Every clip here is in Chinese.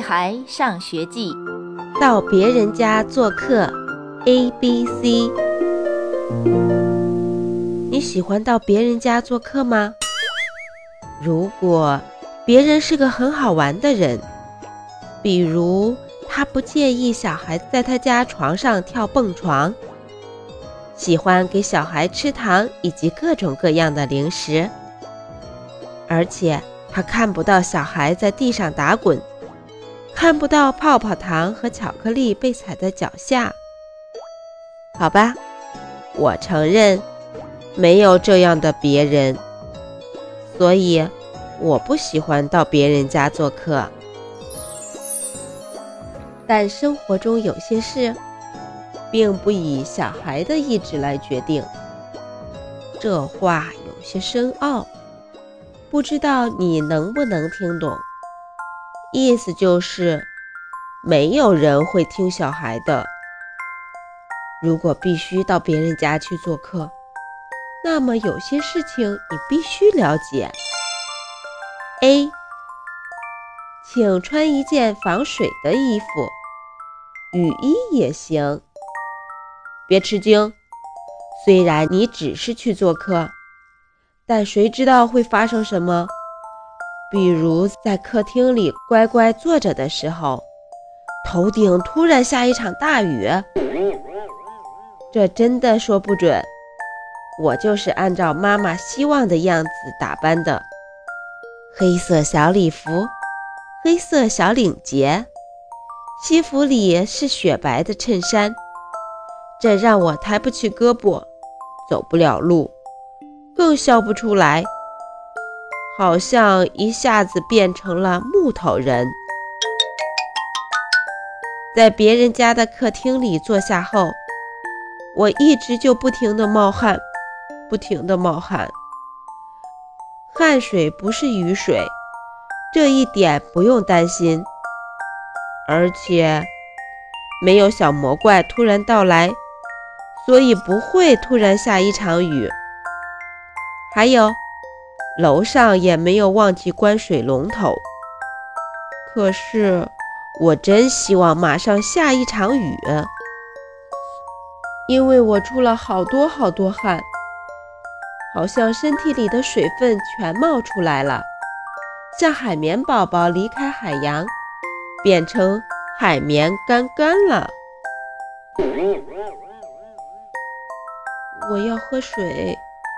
孩上学记， 到别人家做客 ABC。 你喜欢到别人家做客吗？如果别人是个很好玩的人，比如他不介意小孩在他家床上跳蹦床，喜欢给小孩吃糖以及各种各样的零食，而且他看不到小孩在地上打滚，看不到泡泡糖和巧克力被踩在脚下。好吧，我承认没有这样的别人，所以我不喜欢到别人家做客。但生活中有些事并不以小孩的意志来决定，这话有些深奥，不知道你能不能听懂。意思就是没有人会听小孩的。如果必须到别人家去做客，那么有些事情你必须了解。 A， 请穿一件防水的衣服，雨衣也行。别吃惊，虽然你只是去做客，但谁知道会发生什么？比如在客厅里乖乖坐着的时候，头顶突然下一场大雨，这真的说不准。我就是按照妈妈希望的样子打扮的，黑色小礼服，黑色小领结，西服里是雪白的衬衫，这让我抬不起胳膊，走不了路，更笑不出来，好像一下子变成了木头人。在别人家的客厅里坐下后，我一直就不停地冒汗，不停地冒汗。汗水不是雨水，这一点不用担心，而且没有小魔怪突然到来，所以不会突然下一场雨。还有，楼上也没有忘记关水龙头。可是我真希望马上下一场雨，因为我出了好多汗，好像身体里的水分全冒出来了，像海绵宝宝离开海洋，变成海绵干了。我要喝水。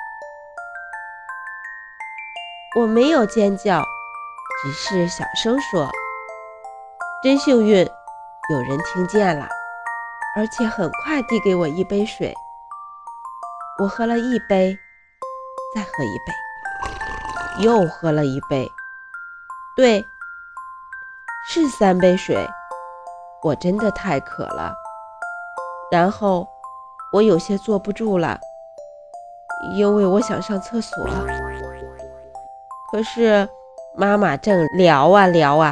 我没有尖叫，只是小声说。真幸运，有人听见了，而且很快递给我一杯水。我喝了一杯，再喝一杯，又喝了一杯，对，是3杯水。我真的太渴了。然后我有些坐不住了，因为我想上厕所。可是妈妈正聊啊，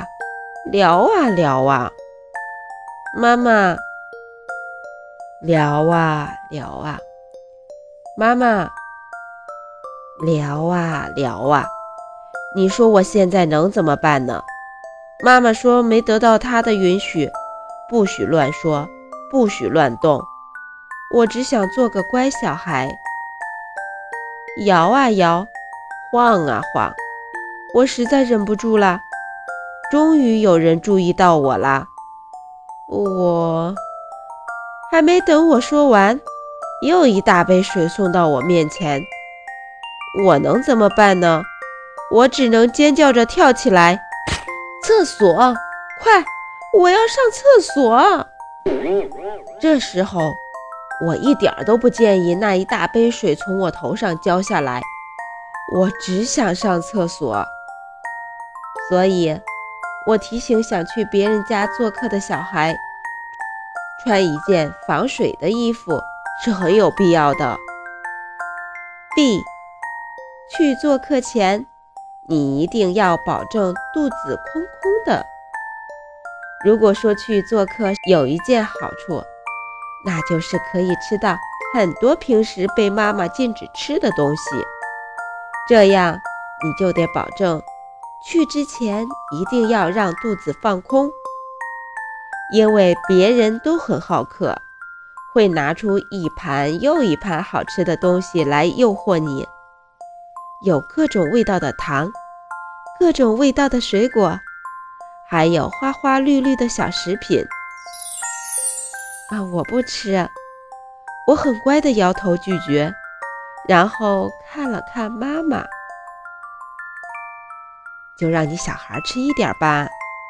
妈妈聊啊，妈妈聊啊，你说我现在能怎么办呢？妈妈说没得到她的允许，不许乱说，不许乱动，我只想做个乖小孩。摇啊摇，晃啊晃，我实在忍不住了。终于有人注意到我了。我还没等我说完，又一大杯水送到我面前。我能怎么办呢？我只能尖叫着跳起来。厕所，快，我要上厕所。这时候我一点都不介意那一大杯水从我头上浇下来，我只想上厕所。所以我提醒想去别人家做客的小孩，穿一件防水的衣服是很有必要的。 B， 去做客前，你一定要保证肚子空空的。如果说去做客有一件好处，那就是可以吃到很多平时被妈妈禁止吃的东西。这样你就得保证去之前一定要让肚子放空， 因为别人都很好客，会拿出一盘又一盘好吃的东西来诱惑你，有各种味道的糖，各种味道的水果，还有花花绿绿的小食品。我不吃，我很乖地摇头拒绝，然后看了看妈妈。就让你小孩吃一点吧。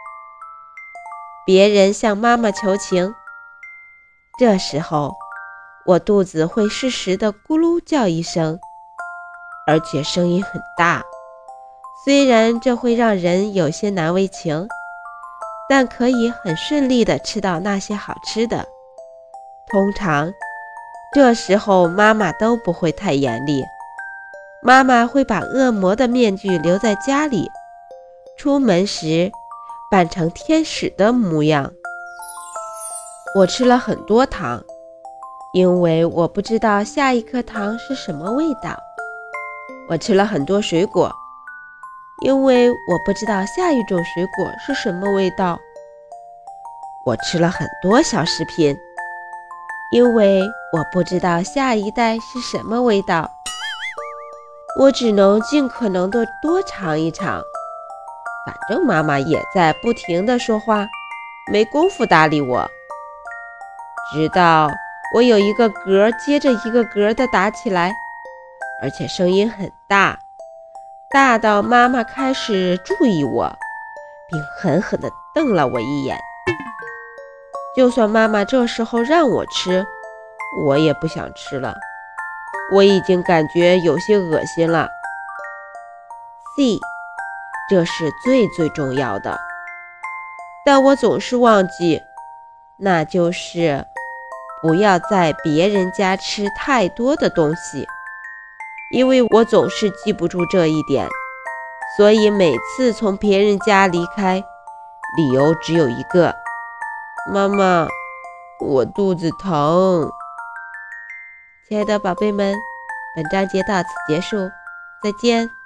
别人向妈妈求情，这时候我肚子会适时地咕噜叫一声，而且声音很大。虽然这会让人有些难为情，但可以很顺利地吃到那些好吃的。通常这时候妈妈都不会太严厉，妈妈会把恶魔的面具留在家里，出门时扮成天使的模样。我吃了很多糖，因为我不知道下一颗糖是什么味道。我吃了很多水果，因为我不知道下一种水果是什么味道。我吃了很多小食品，因为我不知道下一代是什么味道。我只能尽可能的多尝一尝，反正妈妈也在不停地说话，没工夫搭理我。直到我有一个嗝接着一个嗝地打起来，而且声音很大，大到妈妈开始注意我，并狠狠地瞪了我一眼。就算妈妈这时候让我吃，我也不想吃了，我已经感觉有些恶心了。C， 这是最重要的，但我总是忘记，那就是不要在别人家吃太多的东西，因为我总是记不住这一点，所以每次从别人家离开，理由只有一个：妈妈，我肚子疼。亲爱的宝贝们，本章节到此结束，再见。